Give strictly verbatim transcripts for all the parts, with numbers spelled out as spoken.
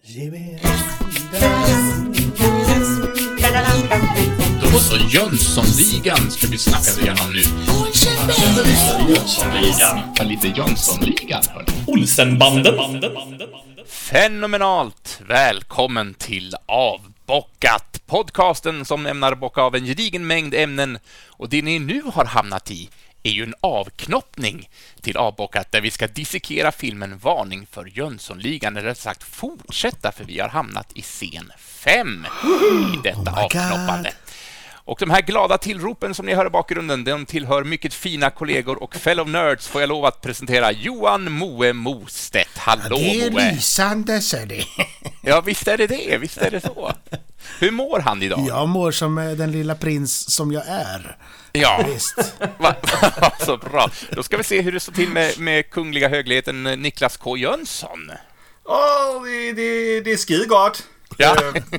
Då så, Jönssonligan ska vi snacka igenom nu. Jönssonligan. Ja, lite Jönssonligan, hörni. Olsenbanden. Fenomenalt. Välkommen till Avbockat. Podcasten som ämnar bocka av en gedigen mängd ämnen. Och det ni nu har hamnat i är ju en avknoppning till Avbockat där vi ska dissekera filmen Varning för Jönssonligan, eller rätt sagt fortsätta, för vi har hamnat i scen fem i detta oh avknoppande. Och de här glada tillropen som ni hör i bakgrunden, de tillhör mycket fina kollegor och fellow nerds. Får jag lov att presentera Johan Moe Mostedt. Hallå, ja, det är Moe. lysande, så det. Ja, visst är det det, visst är det så. Hur mår han idag? Jag mår som den lilla prins som jag är. Ja, visst. Va, så bra. Då ska vi se hur det står till med, med kungliga högligheten Niklas K. Jönsson. Åh, oh, det, det, det är skidgott. Ja.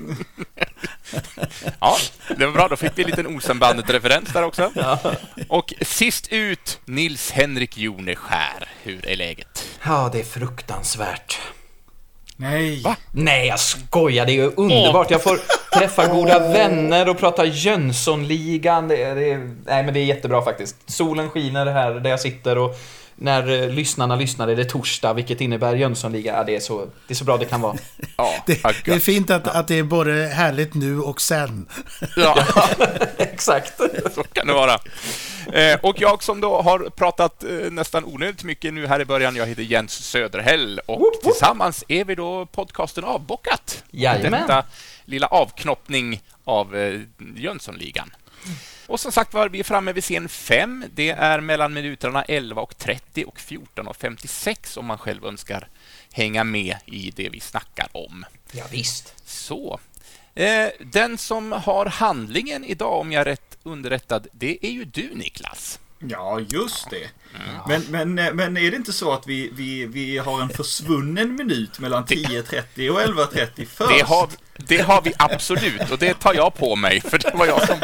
Ja, det var bra. Då fick vi en liten Olsenbandet-referens där också. Ja. Och sist ut, Nils Henrik Joneskär. Hur är läget? Ja, det är fruktansvärt. Nej. Va? Nej, jag skojar. Det är ju underbart. Jag får träffa goda vänner och prata Jönssonligan. Det är, det är, nej, men det är jättebra faktiskt. Solen skiner här där jag sitter och när eh, lyssnarna lyssnar är det torsdag, vilket innebär Jönssonliga. Ja, det är så, det är så bra det kan vara. Ja, det, det är fint att, att det är både härligt nu och sen. Ja, exakt. Så kan det vara. Eh, och jag som då har pratat eh, nästan onödigt mycket nu här i början, jag heter Jens Söderhäll och woop, woop. Tillsammans är vi då podcasten Avbockat. Jajamän. Detta lilla avknoppning av eh, Jönssonligan. Och som sagt var vi är framme vid scen fem. Det är mellan minuterna elva och trettio och fjorton och femtiosex om man själv önskar hänga med i det vi snackar om. Ja, visst. Så. Eh, den som har handlingen idag, om jag är rätt underrättad, det är ju du, Niklas. Ja, just det. Mm. Men, men, men är det inte så att vi, vi, vi har en försvunnen minut mellan tio trettio och elva trettio först? Det har, det har vi absolut, och det tar jag på mig, för det var jag som...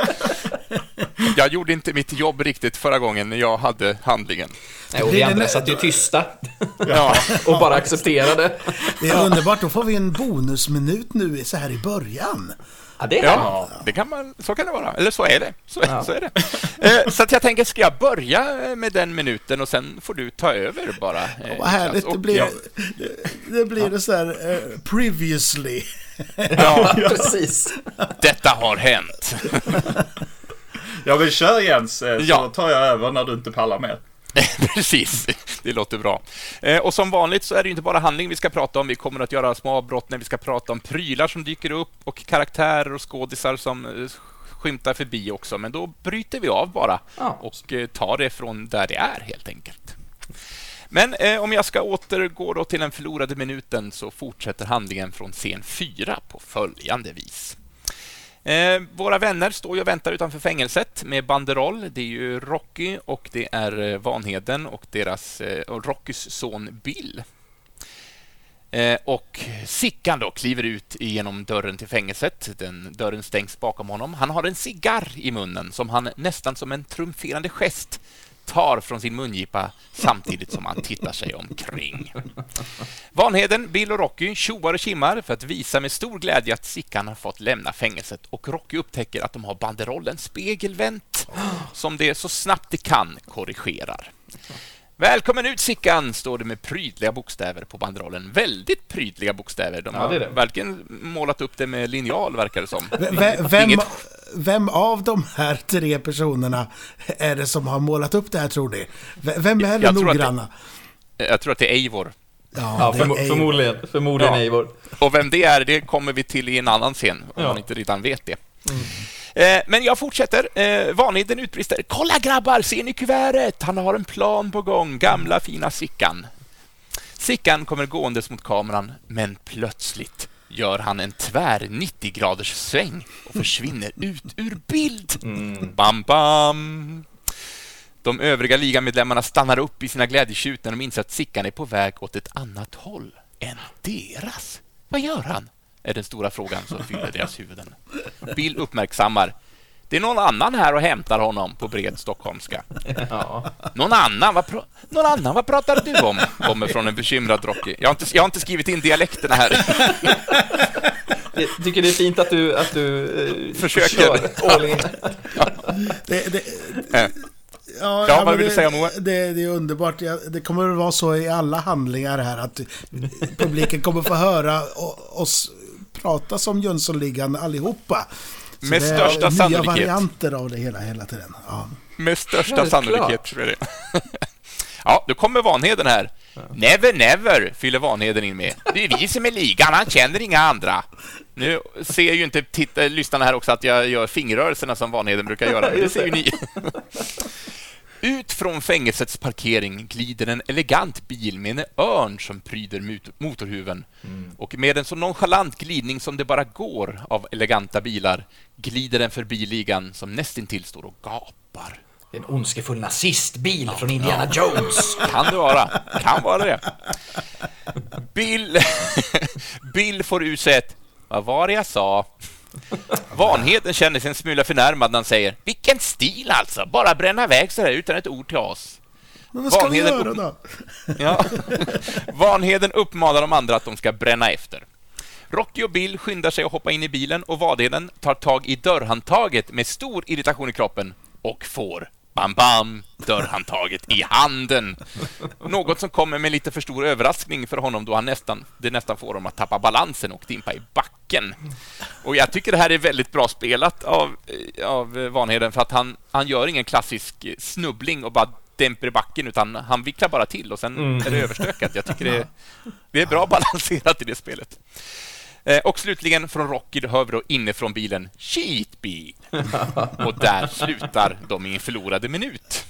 Jag gjorde inte mitt jobb riktigt förra gången när jag hade handlingen. Nej, och vi andra satt ju tysta. Ja. Och bara accepterade. Det är underbart, då får vi en bonusminut nu så här i början. Ja, det är ja, det kan man, så kan det vara. Eller så är det. Så, ja. så är det. Eh, så att jag tänker, ska jag börja med den minuten och sen får du ta över bara. Eh, Vad härligt, och, det blir, ja. det, det blir ja. det så här uh, previously. Ja, precis. Detta har hänt. Jag vill köra Jens, så ja. tar jag över när du inte pallar med. Precis, det låter bra. Eh, och som vanligt så är det inte bara handling vi ska prata om. Vi kommer att göra små avbrott när vi ska prata om prylar som dyker upp och karaktärer och skådisar som eh, skymtar förbi också. Men då bryter vi av bara ja. och eh, tar det från där det är helt enkelt. Men eh, om jag ska återgå då till den förlorade minuten så fortsätter handlingen från scen fyra på följande vis. Eh, våra vänner står ju och väntar utanför fängelset med banderoll. Det är ju Rocky och det är eh, Vanheden och deras eh, och Rockys son Bill. Eh, och Sickan då kliver ut genom dörren till fängelset. Den dörren stängs bakom honom. Han har en cigarr i munnen som han nästan som en triumferande gest tar från sin mungipa samtidigt som han tittar sig omkring. Vanheden, Bill och Rocky tjoar och kimmar för att visa med stor glädje att Sickan har fått lämna fängelset, och Rocky upptäcker att de har banderollen spegelvänt som det så snabbt det kan korrigerar. Välkommen ut, Sickan, står det med prydliga bokstäver på banderollen. Väldigt prydliga bokstäver. De ja, har det det. verkligen målat upp det med linjal, verkar det som. V- vem, Inget... vem av de här tre personerna är det som har målat upp det här, tror ni? V- vem är det noggranna? Det, jag tror att det är Eivor. Ja, ja förmo- Eivor. förmodligen, förmodligen ja. Eivor. Och vem det är, det kommer vi till i en annan scen, om ja. man inte redan vet det. Mm. Eh, men jag fortsätter. Eh, Vanheden utbrister: kolla grabbar, ser ni kuvertet? Han har en plan på gång, gamla fina Sickan. Sickan kommer gåendes mot kameran, men plötsligt gör han en tvär nittio graders sväng och försvinner ut ur bild. Mm. Bam, bam. De övriga ligamedlemmarna stannar upp i sina glädjetjut när de inser att Sickan är på väg åt ett annat håll än deras. Vad gör han? Är den stora frågan som fyller deras huvuden. Bill uppmärksammar: Det är någon annan här och hämtar honom på bred stockholmska. Ja. Någon annan? Vad, pra- någon annan? Vad pratar du om? Kommer från en bekymrad Rocky. Jag har inte, jag har inte skrivit in dialekterna här. Jag tycker det är fint att du, att du eh, försöker. All in. Det, det, Äh. ja, Ja, vad men vill du det, säga, Moe? Det, det är underbart. Ja, det kommer att vara så i alla handlingar här att publiken kommer få höra oss prata som Jönssonligan allihopa. Så Med det är största nya sannolikhet. varianter av det hela hela tiden. Ja. Med största Självklart. sannolikhet tror jag det. Ja, då kommer Vanheden här. Never, never, fyller Vanheden in med. Det är vi som är ligan, han känner inga andra. Nu ser ju inte titta, lyssnarna här också att jag gör fingerrörelserna som Vanheden brukar göra. Men det ser ju ni. Ut från fängelsets parkering glider en elegant bil med en örn som pryder motorhuven. Mm. Och med en så nonchalant glidning som det bara går av eleganta bilar glider den förbi ligan som nästintill står och gapar. En ondskefull nazistbil ja, från Indiana ja. Jones. Kan det vara. Kan vara det. Bill, Bill får ur sig ett vad var det jag sa? Vanheden känner sig en smula förnärmad när han säger vilken stil alltså, bara bränna iväg så här utan ett ord till oss. Men vad ska Vanheden vi göra då? Ja. Vanheden uppmanar de andra att de ska bränna efter. Rocky och Bill skyndar sig att hoppa in i bilen och Vanheden tar tag i dörrhandtaget med stor irritation i kroppen och får bam bam dörrhandtaget i handen. Något som kommer med lite för stor överraskning för honom då han nästan, det nästan får honom att tappa balansen och dimpa i backen. Och jag tycker det här är väldigt bra spelat av, av Vanheden för att han, han gör ingen klassisk snubbling och bara dämper i backen utan han vicklar bara till och sen mm. är det överstökat. Jag tycker det är, det är bra balanserat i det spelet. Eh, och slutligen från Rocky hör vi då inifrån bilen Cheatbil. Och där slutar de i en förlorade minut.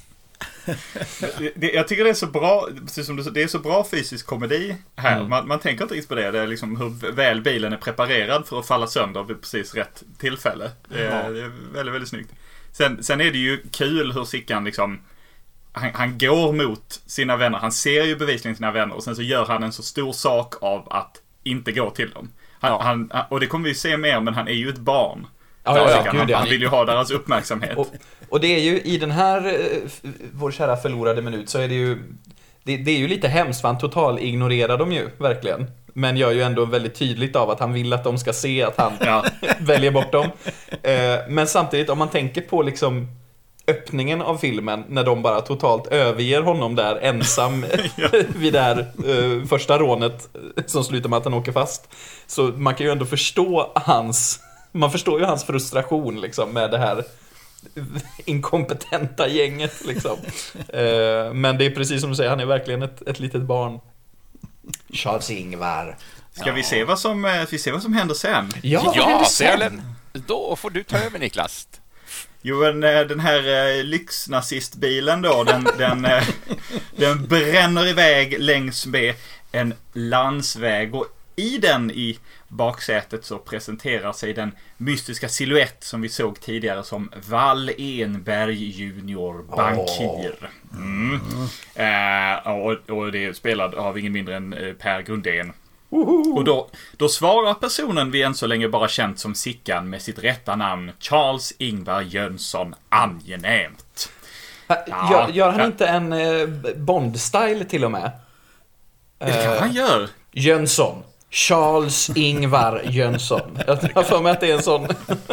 Det, jag tycker det är så bra, precis som du sa, det är så bra fysisk komedi här. Mm. Man, man tänker inte riktigt på det. Det är liksom hur väl bilen är preparerad för att falla sönder vid precis rätt tillfälle. Det är, mm. det är väldigt, väldigt snyggt. Sen, sen är det ju kul hur Sickan liksom han, han går mot sina vänner. Han ser ju bevisligen sina vänner och sen så gör han en så stor sak av att inte gå till dem. Han, ja. han, och det kommer vi se mer, men han är ju ett barn. Ja, ja, ja, han, han vill ju ha deras uppmärksamhet. Och, och det är ju i den här vår kära förlorade minut så är det ju det, det är ju lite hemskt för han total ignorerar dem ju, verkligen. Men gör ju ändå väldigt tydligt av att han vill att de ska se att han ja. väljer bort dem. Men samtidigt, om man tänker på liksom öppningen av filmen när de bara totalt överger honom där ensam ja. vid det här uh, första rånet som slutar med att han åker fast. Så man kan ju ändå förstå hans man förstår ju hans frustration liksom med det här inkompetenta gänget liksom. uh, men det är precis som du säger, han är verkligen ett, ett litet barn. Charles Ingvar. Ska ja. vi se vad som vi ser vad som händer sen? Ja, ja sen? Då får du ta över, Niklas. Jo, en, den här lyxnazistbilen då, den, den, den bränner iväg längs med en landsväg och i den i baksätet så presenterar sig den mystiska silhuett som vi såg tidigare som Wall Enberg junior bankir. Mm. Mm. Eh, och, och det är spelad av ingen mindre än Per Grundén. Ohoho. Och då, då svarar personen vi än så länge bara känt som Sickan med sitt rätta namn Charles Ingvar Jönsson angenämt. Ja, gör, gör han ja. inte en eh, Bond-style till och med? Det kan han göra. Jönsson. Charles Ingvar Jönsson. Jag har för mig att det är en sån.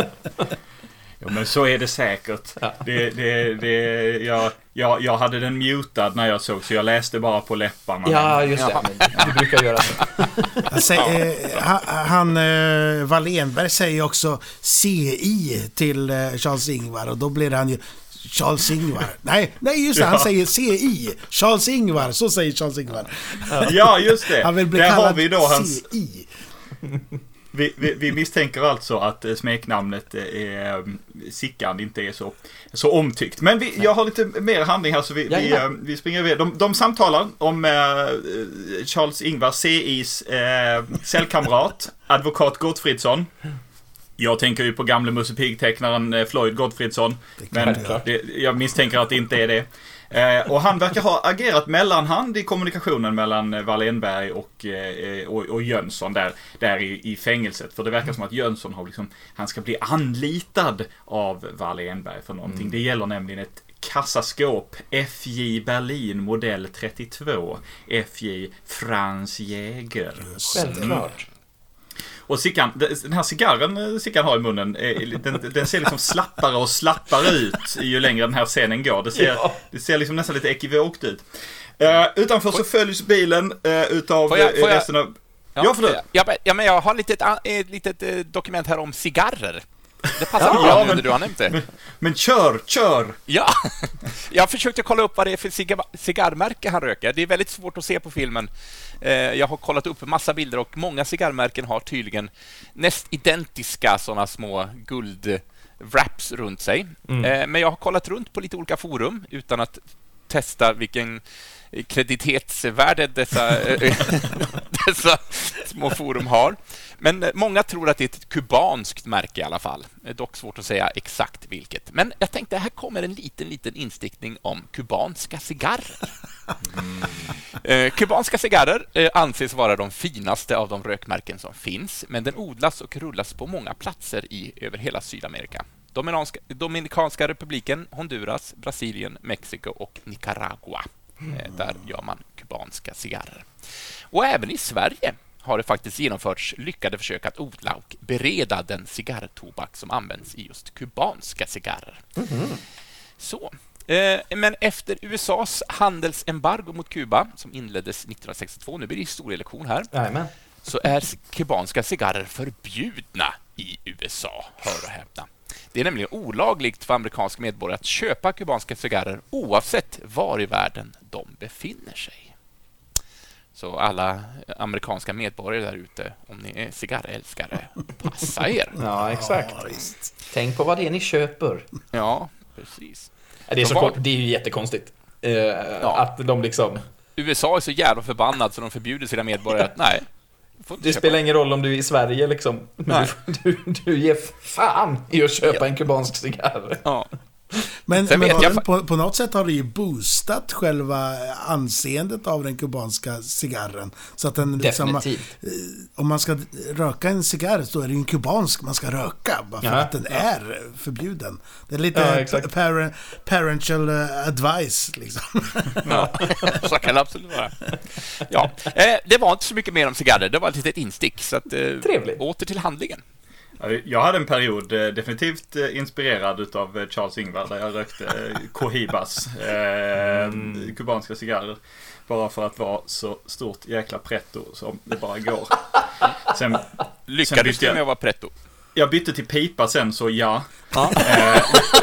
Jo, men så är det säkert. Ja. Det, det, det, jag, jag, jag hade den mutad när jag såg, så jag läste bara på läpparna. Ja, just det. Ja. Du brukar göra så. Alltså, eh, han, eh, Wallenberg säger också C I till eh, Charles Ingvar och då blir han ju Charles Ingvar. Nej, nej just det, han ja. säger C I. Charles Ingvar, så säger Charles Ingvar. Ja, just det. Han vill bli Där kallad har vi då hans... C I. Vi, vi, vi misstänker alltså att smeknamnet är, Sickan inte är så, så omtyckt. Men vi, jag har lite mer handling här så vi, ja, ja. vi, vi springer över. De, de samtalar om eh, Charles Ingvar C I's eh, cellkamrat, advokat Gottfridsson. Jag tänker ju på gamla Musse Pigg-tecknaren Floyd Gottfridsson. Men det, jag misstänker att det inte är det. Eh, och han verkar ha agerat mellanhand i kommunikationen mellan Wallenberg och, eh, och, och Jönsson där, där i, i fängelset. För det verkar som att Jönsson har liksom, han ska bli anlitad av Wallenberg för någonting. Mm. Det gäller nämligen ett kassaskåp F J Berlin modell trettiotvå, F J Franz Jäger. Självklart. Och Sickan, den här cigarren Sickan har i munnen, den, den ser liksom slappare och slappare ut ju längre den här scenen går. Det ser, ja. det ser liksom nästan lite ekivokt ut. Uh, utanför så följs bilen uh, utav får jag, får jag, resten av... Ja, ja, för ja, ja, men jag har lite ett, ett litet dokument här om cigarrer. Det passar ja, bra nu när du har nämnt det. Men, men kör, kör! Ja, jag försökte kolla upp vad det är för cigar- cigarrmärke han röker. Det är väldigt svårt att se på filmen. Eh, jag har kollat upp en massa bilder och många cigarrmärken har tydligen näst identiska sådana små guldwraps runt sig. Mm. Eh, men jag har kollat runt på lite olika forum utan att testa vilken kreditetsvärde dessa, dessa små forum har. Men många tror att det är ett kubanskt märke i alla fall. Det är dock svårt att säga exakt vilket. Men jag tänkte, här kommer en liten, liten instickning om kubanska cigarrer. Mm. Eh, kubanska cigarrer eh, anses vara de finaste av de rökmärken som finns, men den odlas och rullas på många platser i över hela Sydamerika. Dominikanska, Dominikanska republiken, Honduras, Brasilien, Mexiko och Nicaragua. Eh, där gör man kubanska cigarrer. Och även i Sverige har det faktiskt genomförts lyckade försök att odla och bereda den cigarrtobak som används i just kubanska cigarrer. Mm-hmm. Så. Eh, men efter U S A:s handelsembargo mot Kuba som inleddes nittonhundrasextiotvå, nu blir det historielektion här, Amen. så är kubanska cigarrer förbjudna i U S A. Hör och häpna. Det är nämligen olagligt för amerikanska medborgare att köpa kubanska cigarrer oavsett var i världen de befinner sig. Så alla amerikanska medborgare där ute, om ni är cigarrälskare, passa er. Ja, exakt. Ja, tänk på vad det är ni köper. Ja, precis. Det är, så var... det är ju jättekonstigt. Uh, ja. Att de liksom... U S A är så jävla förbannad så de förbjuder sina medborgare att nej. Det spelar ingen roll om du är i Sverige liksom. Men du, du, du ger fan i att köpa ja. en kubansk cigarr. Ja. Men, men jag... på, på något sätt har det ju boostat själva anseendet av den kubanska cigarren. Så att den liksom, om man ska röka en cigarr så är det en kubansk man ska röka. Bara för ja, att den ja. är förbjuden. Det är lite ja, parent, parental advice liksom. Ja, så kan det absolut vara. Ja, det var inte så mycket mer om cigarrer. Det var ett litet instick. Så att, trevligt. Åter till handlingen. Jag hade en period eh, definitivt eh, inspirerad utav eh, Charles Ingvar där jag rökte eh, Cohibas, eh, mm. kubanska cigarrer, bara för att vara så stort jäkla pretto som det bara går. Sen, Lyckades du med att vara pretto? Jag bytte till pipa sen, så ja. ja. Eh,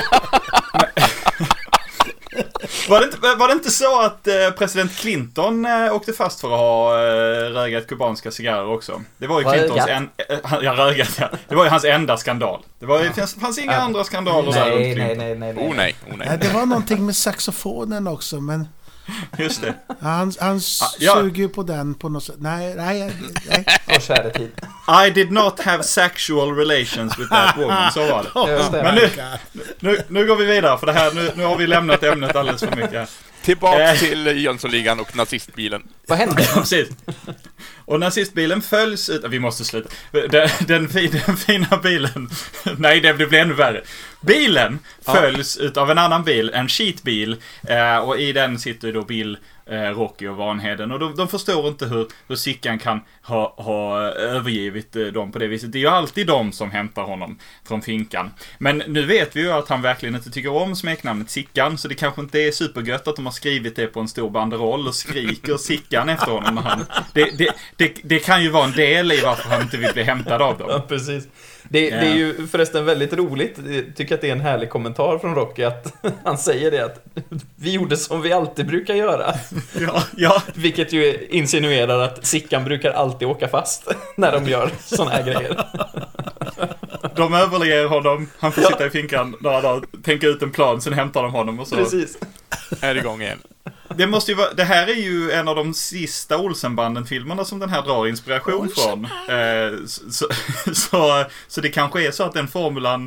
Var det, inte, var det inte så att eh, president Clinton eh, åkte fast för att ha eh, rögat kubanska cigarrer också? Det var ju Clintons en, eh, jag rögat, ja. Det var ju hans enda skandal. Det var ju, ja. fanns, fanns inga ja. andra skandaler nej, där runt nej, nej, nej, nej. Oh, nej, oh, nej. nej. Det var någonting med saxofonen också, men... Just det. Ja, han han ja. suger ju på den på något sätt. Nej, nej, nej. Och kära tid. I did not have sexual relations with that woman. Så var det. Just det. Men nu, nu, nu går vi vidare, för det här, nu, nu har vi lämnat ämnet alldeles för mycket. Tillbaka eh. till Jönssonligan och nazistbilen. Vad hände? Precis. Och nazistbilen följs ut... Vi måste sluta. Den, den, den fina bilen... Nej, det blir ännu värre. Bilen följs ja. ut av en annan bil, en skitbil. Eh, och i den sitter då Bill, eh, Rocky och Vanheden. Och de, de förstår inte hur, hur Sickan kan ha, ha övergivit eh, dem på det viset. Det är ju alltid de som hämtar honom från finkan. Men nu vet vi ju att han verkligen inte tycker om smeknamnet Sickan. Så det kanske inte är supergött att de har skrivit det på en stor banderoll och skriker Sickan efter honom. När han, det, det, det, det kan ju vara en del i varför han inte vill bli hämtad av dem. Ja, precis. Det, det är ju förresten väldigt roligt. Jag tycker att det är en härlig kommentar från Rocky att han säger det att vi gjorde som vi alltid brukar göra. Ja, ja. Vilket ju insinuerar att Sickan brukar alltid åka fast när de gör såna här grejer. De överlever honom, han får sitta i finkan några dagar, tänka ut en plan, sen hämtar de honom och så Precis. är det igång igen. Det måste ju vara, det här är ju en av de sista Olsenbanden-filmerna som den här drar inspiration från. Eh, så, så, så det kanske är så att den formulan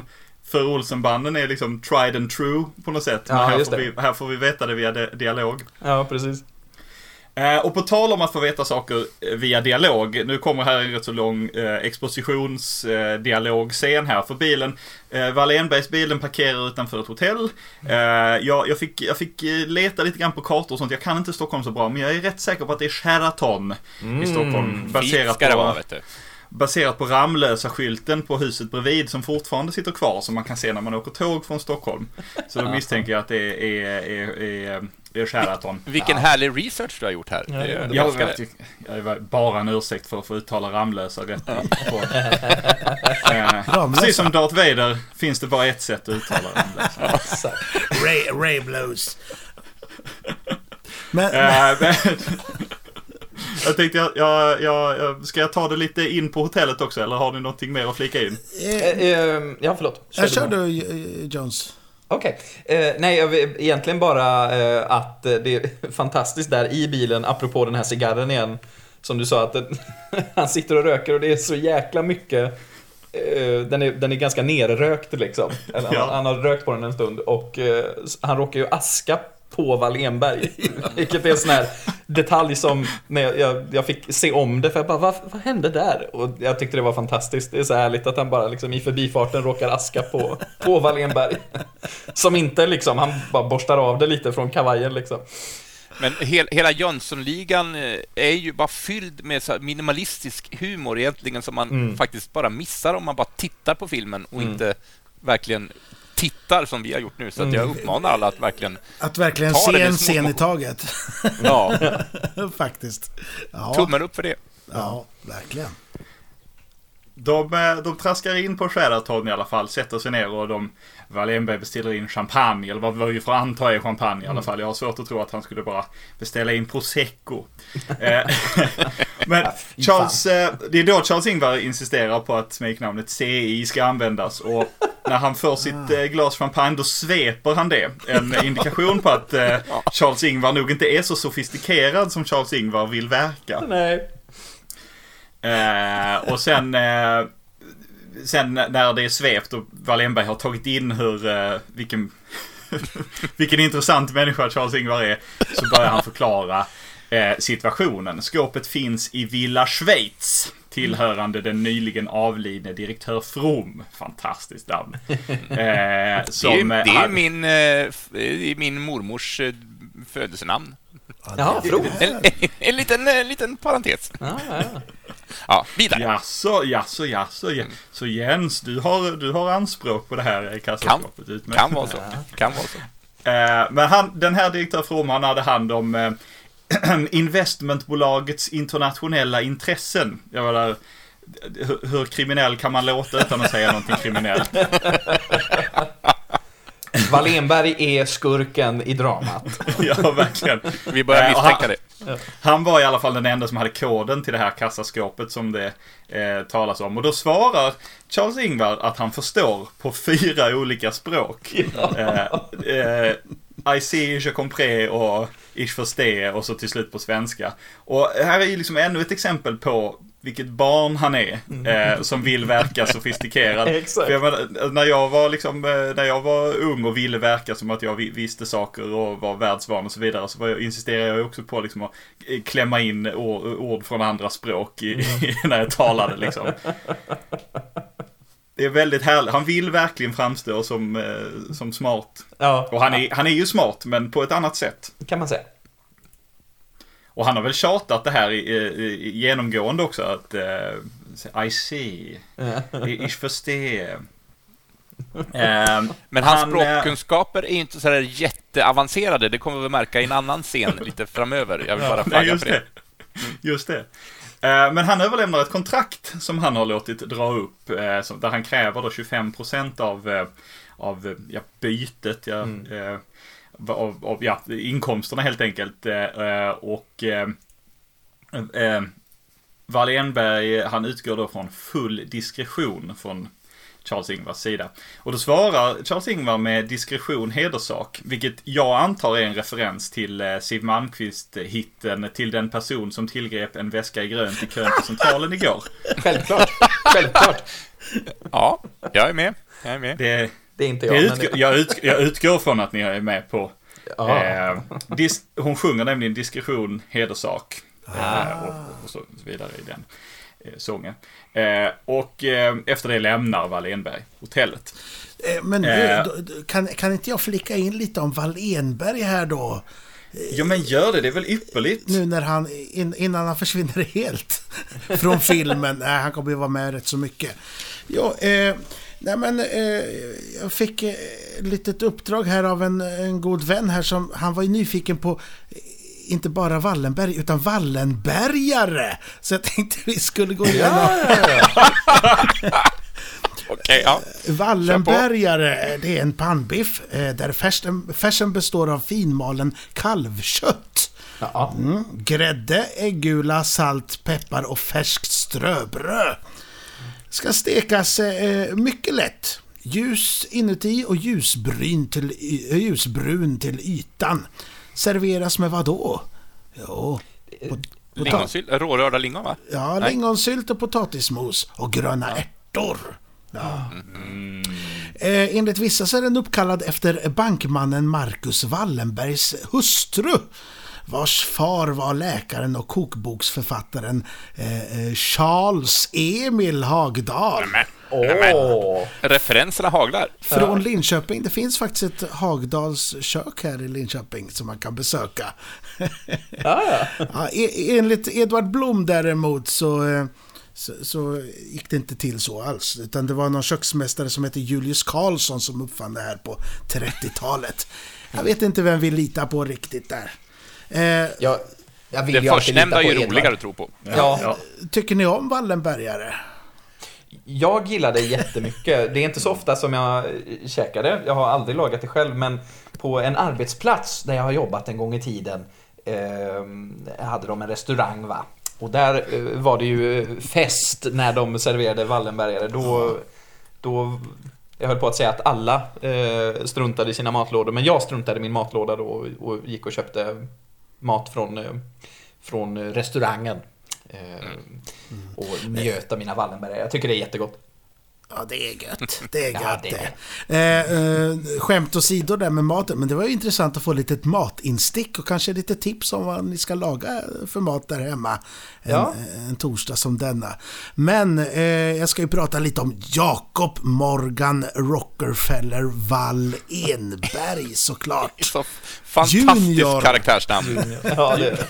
för Olsenbanden är liksom tried and true på något sätt. Men Ja, här, just får det. vi, här får vi veta det via di- dialog. Ja, precis. Eh, och på tal om att få veta saker eh, via dialog. Nu kommer här en rätt så lång eh, expositionsdialogscen eh, här för bilen. Eh, Wallenbergs bilen parkerar utanför ett hotell. Eh, jag, jag, fick, jag fick eh, leta lite grann på kartor och sånt. Jag kan inte Stockholm så bra, men jag är rätt säker på att det är Sheraton Mm. i Stockholm. Fint Baserat ska det på, vara, vet du. baserat på Ramlösa-skylten på huset bredvid som fortfarande sitter kvar, som man kan se när man åker tåg från Stockholm. Så då misstänker jag att det är, är, är, är Sheraton. Vilken Ja. härlig research du har gjort här. Ja, Det- det jag Jag, älskar vet, det. jag, jag var bara en ursäkt för att få uttala Ramlösa rätt. På. Eh, Ramlösa. precis som Darth Vader finns det bara ett sätt att uttala Ramlösa. Exakt. Ray, Ray blows. Men, Eh, men, jag tänkte, jag, jag, jag, ska jag ta det lite in på hotellet också, eller har ni någonting mer att flika in? eh, Eh, eh, ja, förlåt. jag kör du. du, eh, Jones. Okej. Eh, nej, jag vill egentligen bara eh, att eh, det är fantastiskt där i bilen, apropå den här cigarren igen. Som du sa, att den, han sitter och röker och det är så jäkla mycket. Eh, den, är, den är ganska nerrökt liksom. Eller, Ja. han, han har rökt på den en stund och eh, han råkar ju aska på Wallenberg. Vilket är en sån här detalj som när jag, jag, jag fick se om det, för jag bara, vad, vad hände där? Och jag tyckte det var fantastiskt. Det är så härligt att han bara liksom i förbifarten råkar aska på, på Wallenberg. Som inte liksom, han bara borstar av det lite från kavajen liksom. Men hel, hela Jönssonligan eh, är ju bara fylld med så här minimalistisk humor egentligen, som man Mm. faktiskt bara missar om man bara tittar på filmen och Mm. inte verkligen tittar som vi har gjort nu. Så att jag Mm. uppmanar alla att verkligen... Att verkligen Ta det se med en små- scen i taget. Ja, Faktiskt. Ja, tummen upp för det. ja, verkligen. De, eh, de traskar in på Sheraton i alla fall, sätter sig ner och de Wallenberg beställer in champagne, eller vad vi får anta är champagne i alla fall. Jag har svårt att tro att han skulle bara beställa in prosecco. Eh, Men Charles, eh, det är då Charles Ingvar insisterar på att smeknamnet C I ska användas, och när han får sitt eh, glas champagne då sveper han det. En indikation på att eh, Charles Ingvar nog inte är så sofistikerad som Charles Ingvar vill verka. Nej. Eh, och sen eh, sen när det är svept och Wallenberg har tagit in hur eh, vilken vilken intressant människa Charles Ingvar är, så börjar han förklara eh, situationen. Skåpet finns i Villa Schweiz, tillhörande den nyligen avlidne direktör From. Fantastiskt namn. Eh, som, det är, det eh, är min, eh, f- det är min mormors eh, födelsenamn. Jaha, From. En, en, liten, en liten parentes. Ja, ja. Ja, vidare. Jaså, jaså, jaså. Ja. Så Jens, du har, du har anspråk på det här kassaskåpet. Ut med. Kan vara så. Kan vara så. Eh, men han, den här direktör From, han hade hand om eh, investmentbolagets internationella intressen. Jag var där, hur, hur kriminell kan man låta utan att säga någonting kriminellt? Wallenberg är skurken i dramat. Ja, verkligen. Vi börjar Eh, och misstänka han, det. Han var i alla fall den enda som hade koden till det här kassaskåpet som det eh, talas om. Och då svarar Charles Ingvar att han förstår på fyra olika språk. Eh, eh, I see, je comprends och ich verstehe och så till slut på svenska. Och här är ju liksom ännu ett exempel på vilket barn han är eh, som vill verka sofistikerad. Exakt. För jag menar, när jag var liksom eh, när jag var ung och ville verka som att jag vi- visste saker och var världsvan och så vidare, så var jag, insisterade jag också på liksom att eh, klämma in ord, ord från andra språk i, när jag talade liksom. Det är väldigt härligt. Han vill verkligen framstå som, eh, som smart. Ja, Och han är, han är ju smart, men på ett annat sätt. kan man säga. Och han har väl tjatat det här i, i, i genomgående också, att eh, I see, ich verstehe. Eh, Men hans han, språkkunskaper är inte så här jätteavancerade. Det kommer vi märka i en annan scen lite framöver. Jag vill bara nej, flagga just för det. det. Just det. Eh, men han överlämnar ett kontrakt som han har låtit dra upp, eh, som, där han kräver då tjugofem procent av, eh, av ja, bytet, ja, Mm. eh, av, av ja, inkomsterna helt enkelt. Eh, och eh, eh, Wallenberg, han utgår då från full diskretion från Charles Ingvars sida. Och då svarar Charles Ingvar med diskretion hederssak, vilket jag antar är en referens till eh, Siw Malmkvist-hitten till den person som tillgrep en väska i grönt i kön på Centralen igår. Självklart. Självklart. Ja, jag är med. Jag är med. Det, Det är inte jag. det men utgår, det- jag, utgår, jag utgår från att ni är med på. Ja. Eh, dis, hon sjunger nämligen diskretion, hedersak Ah. eh, och, och så vidare i den eh, sången. Eh, och eh, efter det lämnar Wallenberg hotellet. Eh, Men Eh. du, då- kan, kan inte jag flika in lite om Wallenberg här då? Ja, men gör det, det är väl ypperligt. Nu när han, in, innan han försvinner helt från filmen. Nej, han kommer ju vara med rätt så mycket. Ja, eh, nej men eh, jag fick eh, ett litet uppdrag här av en, en god vän här som, han var ju nyfiken på eh, inte bara Wallenberg utan Wallenbergare. Så jag tänkte vi skulle gå igenom. Okej, ja. Wallenbergare, det är en pannbiff eh, där färsen, färsen består av finmalen kalvkött. Ja. Mm. Grädde, äggula, salt, peppar och färskt ströbröd. Ska stekas eh, mycket lätt. Ljus inuti och ljusbrun till, y- ljusbrun till ytan. Serveras med vad då? Jo, pot- Lingonsylt, rårörda lingon, va? ja, Nej. lingonsylt och potatismos och gröna ärtor. Ja. Eh, enligt vissa så är den uppkallad efter bankmannen Marcus Wallenbergs hustru, vars far var läkaren och kokboksförfattaren eh, eh, Charles Emil Hagdahl. Men, Åh. referenserna haglar. Från Linköping. Det finns faktiskt ett Hagdals kök här i Linköping som man kan besöka. Ja, ja. Ja, e- enligt Edvard Blom däremot så, eh, så, så gick det inte till så alls. Utan det var någon köksmästare som heter Julius Karlsson som uppfann det här på trettiotalet. Jag vet inte vem vi litar på riktigt där. Eh, Jag, jag vill Det ju alltid förstnämnda är lita ju på Edvard. roligare att tro på. Ja, Ja. tycker ni om Wallenbergare? jag gillar det jättemycket. Det är inte så ofta som jag käkar det. Jag har aldrig lagat det själv, men på en arbetsplats där jag har jobbat en gång i tiden eh, hade de en restaurang, va? Och där eh, var det ju fest när de serverade Wallenbergare. Då, då, jag höll på att säga att alla eh, struntade i sina matlådor, men jag struntade i min matlåda då och, och gick och köpte mat från, eh, från restaurangen. Eh, och njöt av mina Wallenbergare. Jag tycker det är jättegott. Ja, det är gött. Det är Ja, gött det är det. Eh, eh, skämt åsido där med maten. Men det var ju intressant att få lite matinstick och kanske lite tips om vad ni ska laga för mat där hemma en, Ja. en torsdag som denna. Men eh, jag ska ju prata lite om Jacob Morgan Rockefeller Wall Enberg såklart. Så fantastiskt Junior. karaktärsnamn. Ja, det,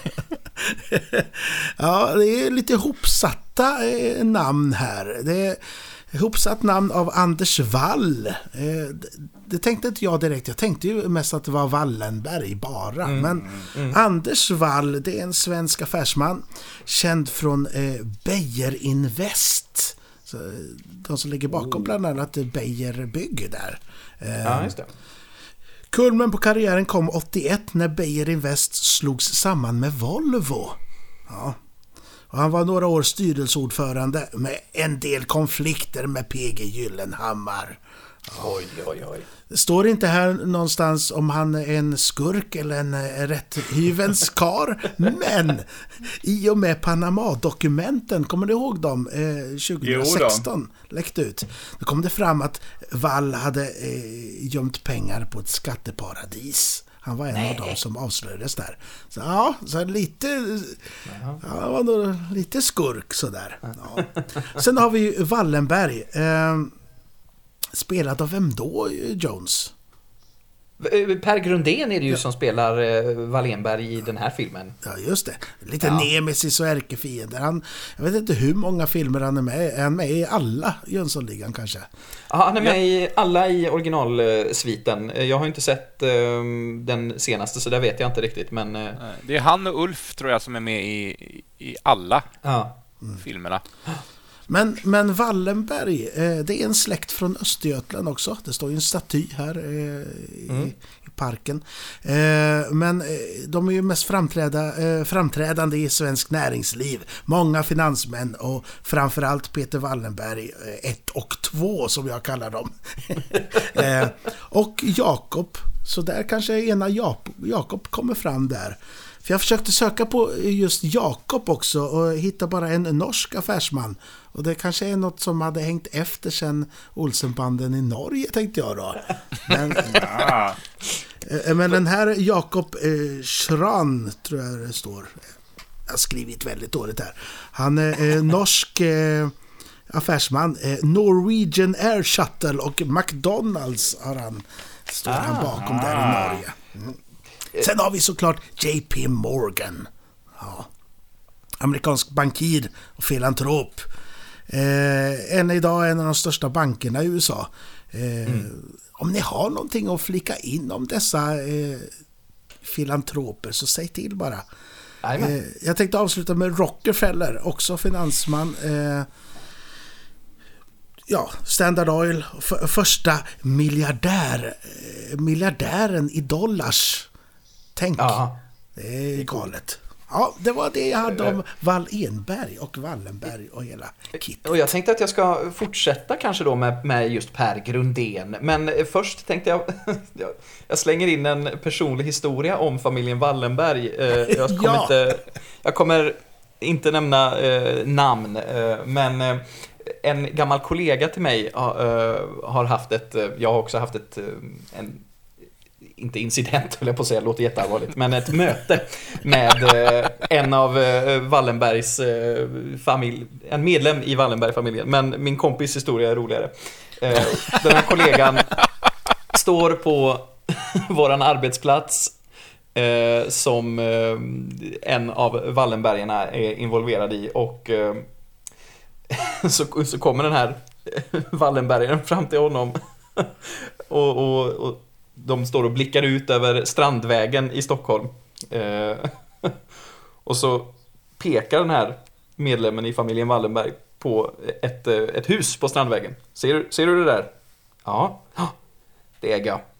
Ja, det är lite hopsatta eh, namn här. Det är hopsatt namn av Anders Wall. Eh, det, det tänkte inte jag direkt. Jag tänkte ju mest att det var Wallenberg bara. Mm, Men mm. Anders Wall, det är en svensk affärsman. Känd från eh, Beijer Invest. Så, eh, de som ligger bakom Oh. bland annat Beijer Bygg där. Eh, ja, just det. Kulmen på karriären kom åttioett när Beijer Invest slogs samman med Volvo. Ja. Och han var några år styrelseordförande med en del konflikter med P G Gyllenhammar. Oj, oj, oj. Det står inte här någonstans om han är en skurk eller en eh, rätthyvens kar. Men i och med Panama-dokumenten, kommer du ihåg dem? Eh, tjugohundrasexton läckte ut. Då kom det fram att Wall hade eh, gömt pengar på ett skatteparadis. Han var en Nej. av dem som avslöjades där. Så ja, så lite ja, han var nog lite skurk sådär. Ja. Sen har vi ju Wallenberg. Eh, spelad av vem då, Jones? Per Grundén är det ju som spelar eh, Wallenberg i den här filmen. Ja, just det. Lite Ja. nemesis och ärkefiender. Han, jag vet inte hur många filmer han är med. Är han med i alla Jönssonligan kanske? Ja, han är med i alla i originalsviten. Jag har inte sett eh, den senaste, så där vet jag inte riktigt. Men eh, Det är han och Ulf, tror jag, som är med i, i alla ja. filmerna. Men, men Wallenberg, eh, det är en släkt från Östergötland också. Det står ju en staty här eh, i, Mm. i parken. Eh, men eh, de är ju mest framträda, eh, framträdande i svensk näringsliv. Många finansmän och framförallt Peter Wallenberg eh, ett och två som jag kallar dem. eh, och Jakob, så där kanske ena Jakob, Jakob kommer fram där. För jag försökte söka på just Jakob också och hitta bara en norsk affärsman. Och det kanske är något som hade hängt efter sen Olsenbanden i Norge, tänkte jag då. Men, Ja. men den här Jakob eh, Schran, tror jag det står. Jag har skrivit väldigt dåligt här. Han är eh, norsk eh, affärsman. Eh, Norwegian Air Shuttle och McDonalds har han, står han Ah. bakom där i Norge. Mm. Sen har vi såklart J P Morgan. Ja. Amerikansk bankir och filantrop. Eh, än idag en av de största bankerna i U S A. Eh, mm. Om ni har någonting att flika in om dessa eh, filantroper, så säg till bara. Eh, jag tänkte avsluta med Rockefeller, också finansman. Eh, ja, Standard Oil, för, första miljardär, eh, miljardären i dollars. Tänk, Ja. det är galet. Ja, det var det jag hade om Wallenberg och Wallenberg och hela kit. Och jag tänkte att jag ska fortsätta kanske då med, med just Per Grundén. Men först tänkte jag, jag slänger in en personlig historia om familjen Wallenberg. Jag kommer, Ja. inte, jag kommer inte nämna eh, namn, eh, men eh, en gammal kollega till mig har, eh, har haft ett, jag har också haft ett, en inte incident, vill jag på att säga, låter jätteallvarligt, men ett möte med eh, en av eh, Wallenbergs eh, familj, en medlem i Wallenberg-familjen, men min kompis historia är roligare. Eh, den här kollegan står på våran arbetsplats eh, som eh, en av Wallenbergarna är involverad i, och eh, så, så kommer den här Wallenbergaren fram till honom och, och, och de står och blickar ut över Strandvägen i Stockholm. Eh, och så pekar den här medlemmen i familjen Wallenberg på ett, ett hus på Strandvägen. Ser du, ser du det där? Ja, det äger jag.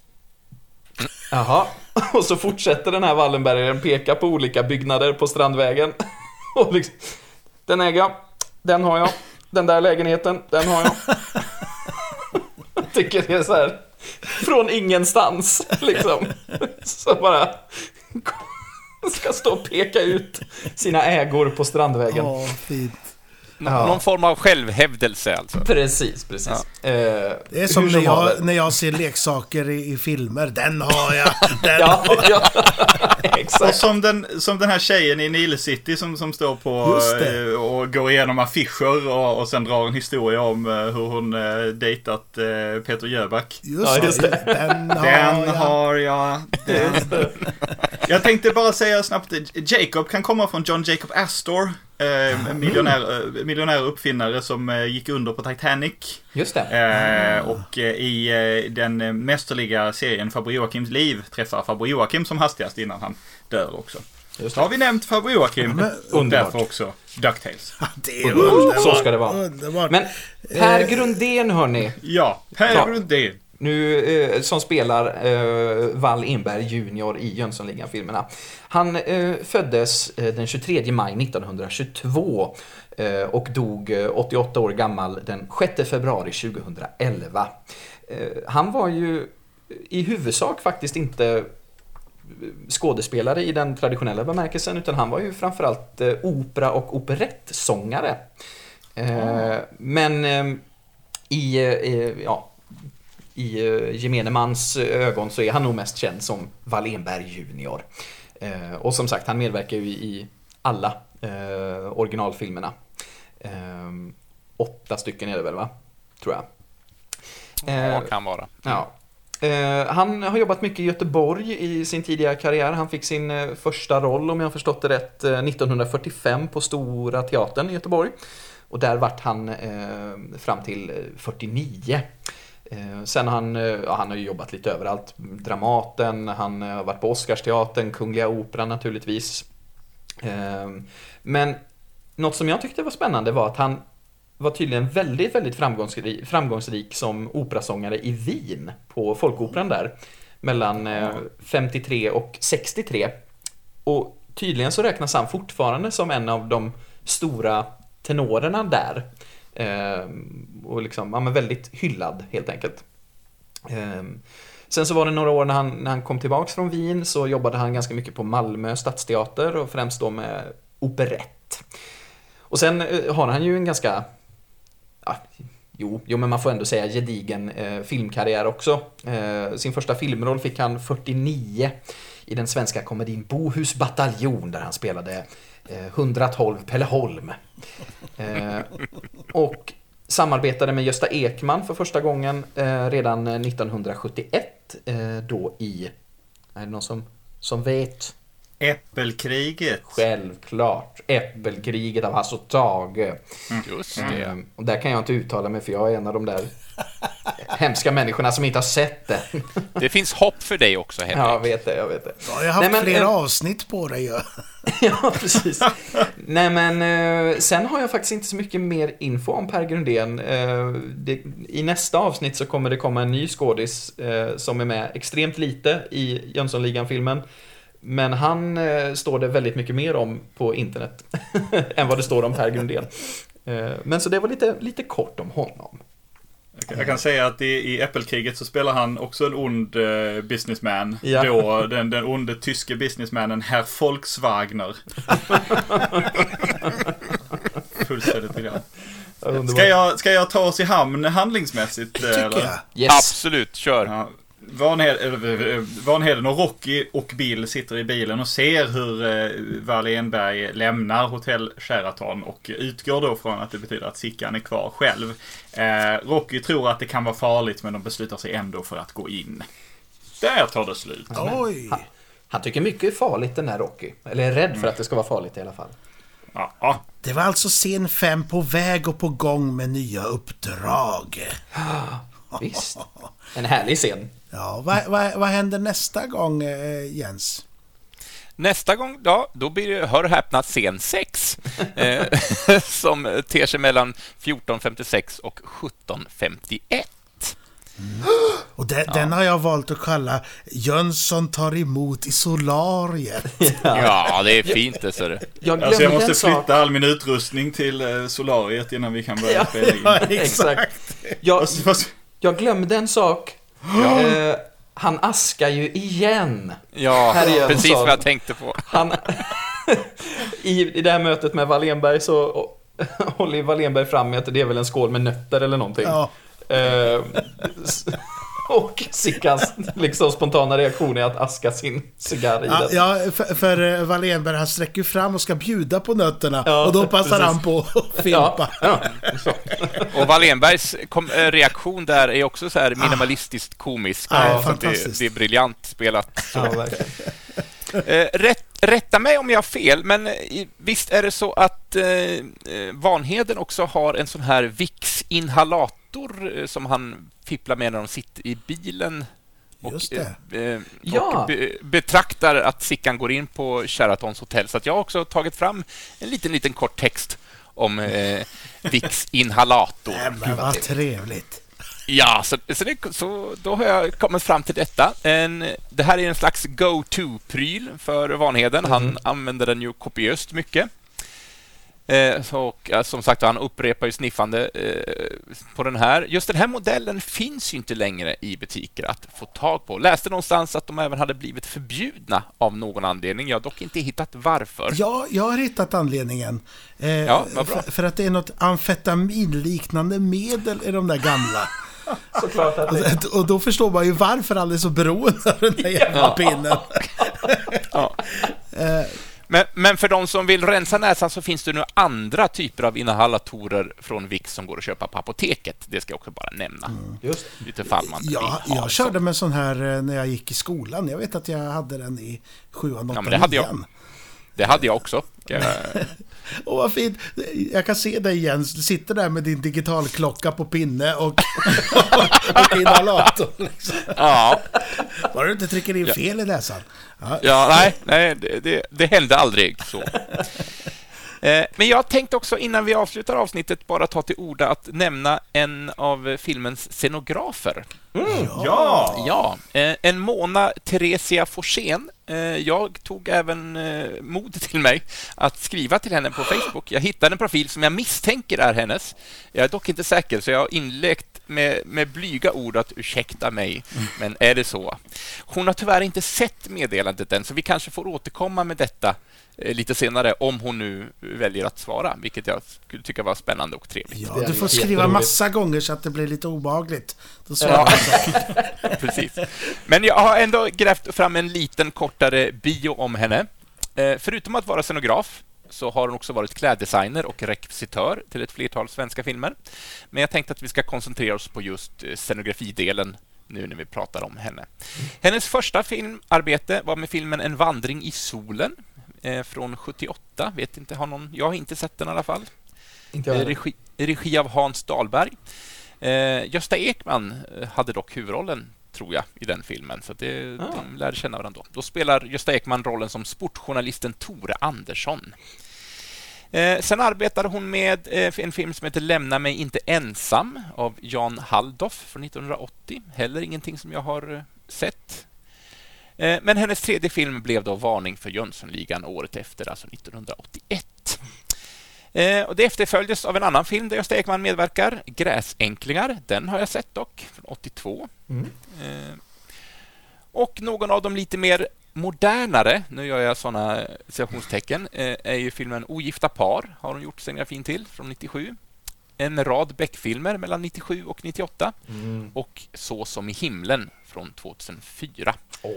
Jaha. Och så fortsätter den här Wallenbergaren peka på olika byggnader på Strandvägen. Och liksom, den äger jag. Den har jag. Den där lägenheten, den har jag. Jag tycker det är så här från ingenstans liksom, så bara ska stå och peka ut sina ägor på Strandvägen. Ja, fint. Ja. Någon form av självhävdelse alltså. Precis, precis. Ja. Eh, Det är som när som jag, när jag ser leksaker i, i filmer. Den har jag, den ja, har jag. ja, Och exakt. som den, som den här tjejen i Nile City som, som står på Just det. eh, och går igenom affischer och, och sen drar en historia om eh, hur hon eh, dejtat eh, Peter Jöback. Just, Ja, just det. Den har Den jag. har jag. Den. Jag tänkte bara säga snabbt, Jacob kan komma från John Jacob Astor, eh, miljonär, eh, miljonär uppfinnare som eh, gick under på Titanic. Just det. Eh, och eh, i eh, den eh, mästerliga serien Farbror Joakims liv träffar Farbror Joakim som hastigast innan han dör också. Just Så har vi nämnt Farbror Joakim, men- och Underbart. därför också DuckTales. Det är underbart. Så ska det vara. Underbart. Men Per Eh, Grundén, hörni, Ja, Per Ja. Grundén. nu, eh, som spelar eh, Wall Enberg junior i Jönssonligan-filmerna. Han eh, föddes eh, den tjugotredje maj nittonhundratjugotvå eh, och dog eh, åttioåtta år gammal den sjätte februari tjugohundraelva. Eh, han var ju i huvudsak faktiskt inte skådespelare i den traditionella bemärkelsen, utan han var ju framförallt eh, opera- och operettsångare. Eh, men eh, i, eh, ja, i eh, gemene mans ögon så är han nog mest känd som Wallenberg junior. Eh, och som sagt, han medverkar ju i alla eh, originalfilmerna. Eh, åtta stycken är det väl, va? Tror jag. Ja, kan vara. Ja. Eh, han har jobbat mycket i Göteborg i sin tidiga karriär. Han fick sin eh, första roll, om jag har förstått det rätt, eh, nittonhundrafyrtiofem på Stora Teatern i Göteborg. Och där vart han eh, fram till fyrtionio. Eh, sen har han, eh, ja, han har ju jobbat lite överallt. Dramaten, han har varit på Oscarsteatern, Kungliga Operan naturligtvis. Eh, men något som jag tyckte var spännande var att han var tydligen väldigt, väldigt framgångsrik, framgångsrik som operasångare i Wien på Folkoperan där mellan eh, femtiotre och sextiotre. Och tydligen så räknas han fortfarande som en av de stora tenorerna där. Eh, och liksom, ja, men väldigt hyllad helt enkelt. Eh, Sen så var det några år när han, när han kom tillbaks från Wien, så jobbade han ganska mycket på Malmö stadsteater och främst då med operett. Och sen eh, har han ju en ganska, ja, jo, jo men man får ändå säga gedigen eh, filmkarriär också. Eh, sin första filmroll fick han fyrtionio i den svenska komedin Bohus bataljon, där han spelade eh, etthundratolv Pelle Holm. Eh, och samarbetade med Gösta Ekman för första gången eh, redan nittonhundrasjuttioett, eh, då i, är det någon som, som vet? Äppelkriget. Självklart. Äppelkriget av Hasse och Tage. Mm. Just det. Eh, och där kan jag inte uttala mig, för jag är en av de där hemska människorna som inte har sett det. Det finns hopp för dig också, Henrik. Ja, jag vet det, jag vet det. Ja, jag har haft Nej, men, flera eh, avsnitt på dig. Ja. Ja, precis. Nej, men eh, sen har jag faktiskt inte så mycket mer info om Per Grundén. Eh, det, I nästa avsnitt så kommer det komma en ny skådis eh, som är med extremt lite i Jönssonligan-filmen. Men han eh, står det väldigt mycket mer om på internet än vad det står om Per Grundén. Eh, men så det var lite, lite kort om honom. Jag kan säga att i, i Äppelkriget så spelar han också en ond eh, businessman. Ja. Då den, den onde tyske businessmannen Herr Volkswagen. Fullständigt program. Ska jag, ska jag ta oss i hamn handlingsmässigt? Tycker eller? jag. Yes. Absolut, kör. Ja. Vanheden, Vanheden och Rocky och Bill sitter i bilen och ser hur eh, Wallenberg lämnar hotell Sheraton och utgår då från att det betyder att Sickan är kvar själv. Eh, Rocky tror att det kan vara farligt, men de beslutar sig ändå för att gå in. Där tar det slut. Oj. Han, han tycker mycket är farligt, den här Rocky. Eller är rädd för att det ska vara farligt i alla fall. Ja, ja. Det var alltså scen fem på väg och på gång med nya uppdrag. Visst. En härlig scen. Ja, vad, vad, vad händer nästa gång, eh, Jens? Nästa gång då, då blir det, hör häpna, scen sex eh, som ter sig mellan fjorton femtiosex och sjutton femtioett. Mm. Och den, ja. den har jag valt att kalla Jönsson tar emot i solariet. Ja, ja det är fint det, så det. Jag, alltså jag måste flytta sak. all min utrustning till eh, solariet innan vi kan börja ja, spela in. Ja, exakt. Jag, jag glömde en sak. Ja. Eh, han askar ju igen. Ja, precis vad jag tänkte på. Han, i, I det här mötet med Wallenberg så håller Wallenberg fram med att det är väl en skål med nötter eller någonting. Ja. Eh, och Sickans liksom spontana reaktion är att aska sin cigarr i ja, den. Ja, för, för Wallenberg, han sträcker fram och ska bjuda på nötterna. Ja, och då passar precis. han på att fimpa. Ja, ja. Och Wallenbergs kom, reaktion där är också så här minimalistiskt komisk. Ja, ja, fantastiskt. Det, det är briljant spelat. Ja, verkligen. Eh, rätt, rätta mig om jag har fel, men eh, visst är det så att eh, Vanheden också har en sån här Vicks-inhalator eh, som han fipplar med när de sitter i bilen och, Just det. Eh, och ja. be, betraktar att Sickan går in på Sheratons hotell. Så att jag har också tagit fram en liten, liten kort text om eh, Vicks-inhalator. Men vad trevligt. Ja, så, så, det, så då har jag kommit fram till detta. En, det här är en slags go-to-pryl för Vanheden. Han mm. använder den ju kopiöst mycket. Eh, så, och ja, som sagt, han upprepar ju sniffande eh, på den här. Just den här modellen finns ju inte längre i butiker att få tag på. Läste någonstans att de även hade blivit förbjudna av någon anledning. Jag har dock inte hittat varför. Ja, jag har hittat anledningen. Eh, ja, vad bra. För, för att det är något amfetaminliknande medel i de där gamla. Såklart att det. Och då förstår man ju varför alla är så beroende av den där jävla ja. pinnen. Ja. men, men för de som vill rensa näsan så finns det nu andra typer av inhalatorer från Vicks som går att köpa på apoteket. Det ska jag också bara nämna. Mm. Just. Utifall man ja, jag körde med sån här när jag gick i skolan. Jag vet att jag hade den i sjuan, åttan, ja, men det hade jag. Det hade jag också. Och vad fint. Jag kan se dig, Jens. Du sitter där med din digitalklocka på pinne och, och inhalator. Liksom. Ja. Bara du inte trycker in fel ja. i näsan. Ja, ja nej, nej det, det, det hände aldrig så. Eh, men jag tänkte också innan vi avslutar avsnittet bara ta till orda att nämna en av filmens scenografer. Mm, ja! Ja, eh, en Mona Theresia Forsén. Eh, jag tog även eh, mod till mig att skriva till henne på Facebook. Jag hittade en profil som jag misstänker är hennes. Jag är dock inte säker, så jag har inlagt med, med blyga ord att ursäkta mig, men är det så? Hon har tyvärr inte sett meddelandet än, så vi kanske får återkomma med detta eh, lite senare om hon nu väljer att svara, vilket jag skulle tycka var spännande och trevligt. Ja, du får skriva massa gånger så att det blir lite obehagligt. Då svarar ja. Precis. Men jag har ändå grävt fram en liten kortare bio om henne. Eh, förutom att vara scenograf så har hon också varit kläddesigner och rekvisitör till ett flertal svenska filmer. Men jag tänkte att vi ska koncentrera oss på just scenografidelen nu när vi pratar om henne. Hennes första filmarbete var med filmen En vandring i solen eh, från sjuttioåtta. Vet inte, har någon, jag har inte sett den i alla fall. Inte jag. Regi, regi av Hans Dahlberg. Eh, Gösta Ekman hade dock huvudrollen, tror jag, i den filmen. Så det, ah. de lärde känna varandra då. Då spelar Gösta Ekman rollen som sportjournalisten Tore Andersson. Eh, sen arbetade hon med eh, en film som heter Lämna mig inte ensam av Jan Halldorf från nittonhundraåttio. Heller ingenting som jag har eh, sett. Eh, men hennes tredje film blev då Varning för Jönssonligan året efter, alltså nittonhundraåttioett. Eh, och det efterföljdes av en annan film där Gösta Ekman medverkar, Gräsänklingar. Den har jag sett dock, från åttiotvå. Mm. Eh, och någon av de lite mer modernare, nu gör jag sådana citationstecken, eh, är ju filmen Ogifta par, har hon gjort scenografin till, från nittiosju. En rad Beck-filmer mellan nittiosju och nittioåtta. Mm. Och Så som i himlen från tvåtusenfyra. Oh.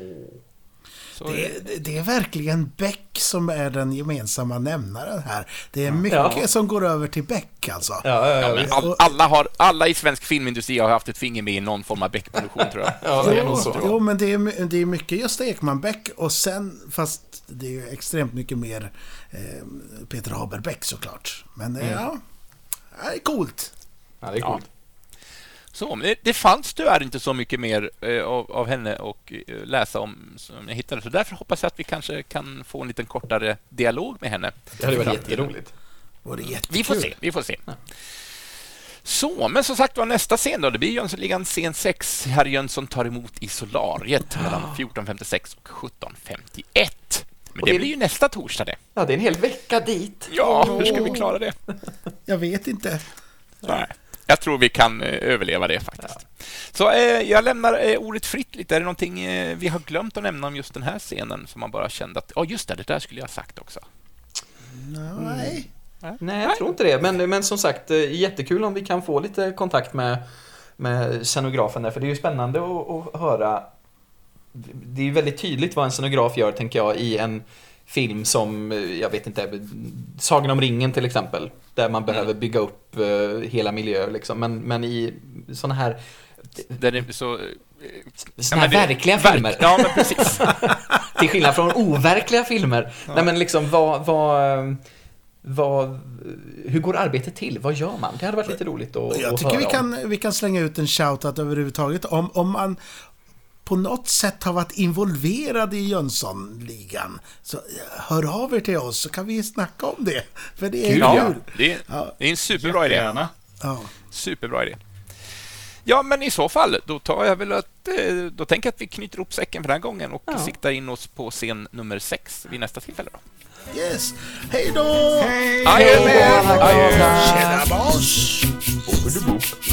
Det, det, det är verkligen Beck som är den gemensamma nämnaren här. Det är mycket ja. som går över till Beck alltså. Ja, ja, ja, ja, all, alla, har, alla i svensk filmindustri har haft ett finger med i någon form av Beck-produktion, tror jag. Ja, det är nog så. Jo, men det är, det är mycket Gösta Ekman Beck och sen, fast det är ju extremt mycket mer eh, Peter Haber Beck såklart. Men mm. ja, det är coolt. Ja, det är coolt. Ja. Så, men det, det fanns tyvärr inte så mycket mer eh, av, av henne och eh, läsa om som jag hittade. Så därför hoppas jag att vi kanske kan få en liten kortare dialog med henne. Det hade varit jätteroligt. Vi får se, vi får se. Ja. Så, men som sagt var nästa scen då, det blir Jönssonligan scen sex. Herr Jönsson tar emot i solariet ah. mellan fjorton femtiosex och sjutton femtioett. Men det, det blir ju nästa torsdag det. Ja, det är en hel vecka dit. Ja, oh. hur ska vi klara det? Jag vet inte. Nej. Jag tror vi kan eh, överleva det faktiskt. Ja. Så eh, jag lämnar eh, ordet fritt lite. Är det någonting eh, vi har glömt att nämna om just den här scenen som man bara kände att, ja oh, just det, det där skulle jag ha sagt också. Nej. Mm. Nej, jag tror inte det. Men, men som sagt, eh, jättekul om vi kan få lite kontakt med, med scenografen där. För det är ju spännande att, att höra. Det är ju väldigt tydligt vad en scenograf gör, tänker jag, i en film som, jag vet inte, Sagan om ringen till exempel, där man behöver bygga upp uh, hela miljöer liksom. men, men i såna här där det så, såna här ja, verkliga det, filmer verk, ja men precis till skillnad från overkliga filmer ja. Nej men liksom vad, vad, vad hur går arbetet till? Vad gör man? Det hade varit lite roligt att, jag att tycker höra vi kan, vi kan slänga ut en shoutout överhuvudtaget om, om man på något sätt har varit involverad i Jönssonligan, så hör av er till oss så kan vi snacka om det. För det är kul. Ja, det, är, ja. det är en superbra idé. Ja. Superbra idé. Ja, men i så fall, då tar jag väl att, då tänker jag att vi knyter upp säcken för den här gången och ja. siktar in oss på scen nummer sex vid nästa tillfälle då. Yes. Hej då! Hej! Adjö med er! Tjena boss!